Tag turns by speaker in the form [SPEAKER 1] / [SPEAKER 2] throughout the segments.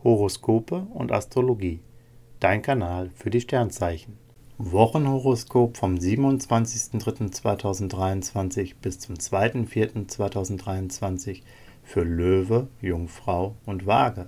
[SPEAKER 1] Horoskope und Astrologie. Dein Kanal für die Sternzeichen. Wochenhoroskop vom 27.03.2023 bis zum 2.04.2023 für Löwe, Jungfrau und Waage.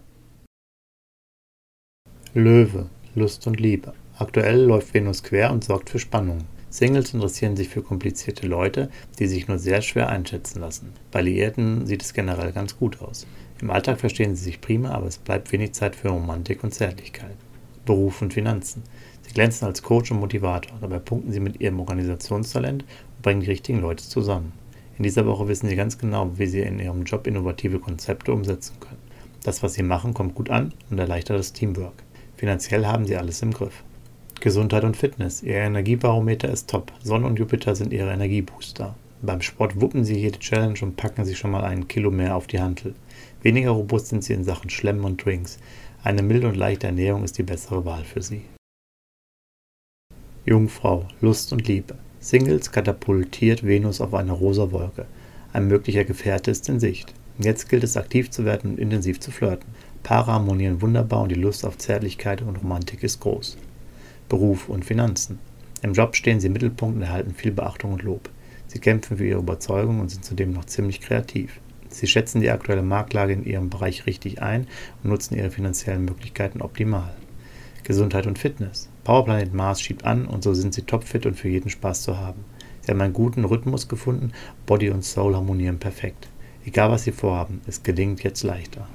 [SPEAKER 1] Löwe, Lust und Liebe. Aktuell läuft Venus quer und sorgt für Spannungen. Singles interessieren sich für komplizierte Leute, die sich nur sehr schwer einschätzen lassen. Bei Liierten sieht es generell ganz gut aus. Im Alltag verstehen sie sich prima, aber es bleibt wenig Zeit für Romantik und Zärtlichkeit. Beruf und Finanzen. Sie glänzen als Coach und Motivator, dabei punkten sie mit ihrem Organisationstalent und bringen die richtigen Leute zusammen. In dieser Woche wissen sie ganz genau, wie sie in ihrem Job innovative Konzepte umsetzen können. Das, was sie machen, kommt gut an und erleichtert das Teamwork. Finanziell haben sie alles im Griff. Gesundheit und Fitness. Ihr Energiebarometer ist top. Sonne und Jupiter sind ihre Energiebooster. Beim Sport wuppen sie jede Challenge und packen sich schon mal 1 Kilo mehr auf die Hantel. Weniger robust sind sie in Sachen Schlemmen und Drinks. Eine milde und leichte Ernährung ist die bessere Wahl für sie. Jungfrau, Lust und Liebe. Singles katapultiert Venus auf eine rosa Wolke. Ein möglicher Gefährte ist in Sicht. Jetzt gilt es, aktiv zu werden und intensiv zu flirten. Paare harmonieren wunderbar und die Lust auf Zärtlichkeit und Romantik ist groß. Beruf und Finanzen. Im Job stehen sie im Mittelpunkt und erhalten viel Beachtung und Lob. Sie kämpfen für ihre Überzeugung und sind zudem noch ziemlich kreativ. Sie schätzen die aktuelle Marktlage in ihrem Bereich richtig ein und nutzen ihre finanziellen Möglichkeiten optimal. Gesundheit und Fitness. Powerplanet Mars schiebt an und so sind sie topfit und für jeden Spaß zu haben. Sie haben einen guten Rhythmus gefunden, Body und Soul harmonieren perfekt. Egal was sie vorhaben, es gelingt jetzt leichter.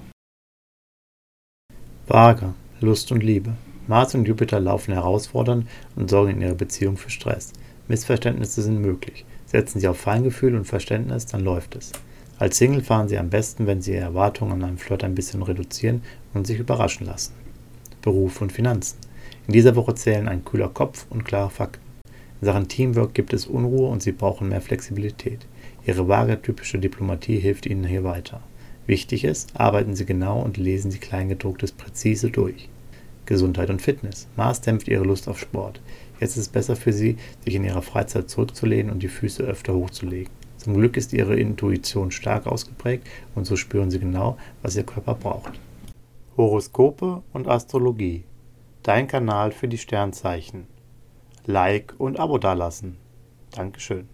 [SPEAKER 1] Waage, Lust und Liebe. Mars und Jupiter laufen herausfordernd und sorgen in ihrer Beziehung für Stress. Missverständnisse sind möglich. Setzen Sie auf Feingefühl und Verständnis, dann läuft es. Als Single fahren Sie am besten, wenn Sie Ihre Erwartungen an einem Flirt ein bisschen reduzieren und sich überraschen lassen. Beruf und Finanzen. In dieser Woche zählen ein kühler Kopf und klare Fakten. In Sachen Teamwork gibt es Unruhe und Sie brauchen mehr Flexibilität. Ihre Waage-typische Diplomatie hilft Ihnen hier weiter. Wichtig ist, arbeiten Sie genau und lesen Sie Kleingedrucktes präzise durch. Gesundheit und Fitness. Mars dämpft ihre Lust auf Sport. Jetzt ist es besser für sie, sich in ihrer Freizeit zurückzulehnen und die Füße öfter hochzulegen. Zum Glück ist ihre Intuition stark ausgeprägt und so spüren sie genau, was ihr Körper braucht. Horoskope und Astrologie. Dein Kanal für die Sternzeichen. Like und Abo dalassen. Dankeschön.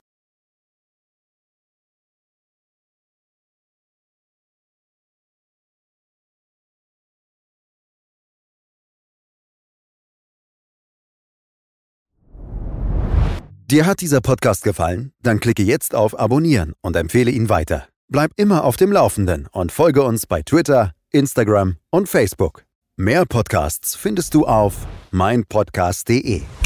[SPEAKER 2] Dir hat dieser Podcast gefallen? Dann klicke jetzt auf Abonnieren und empfehle ihn weiter. Bleib immer auf dem Laufenden und folge uns bei Twitter, Instagram und Facebook. Mehr Podcasts findest du auf meinpodcast.de.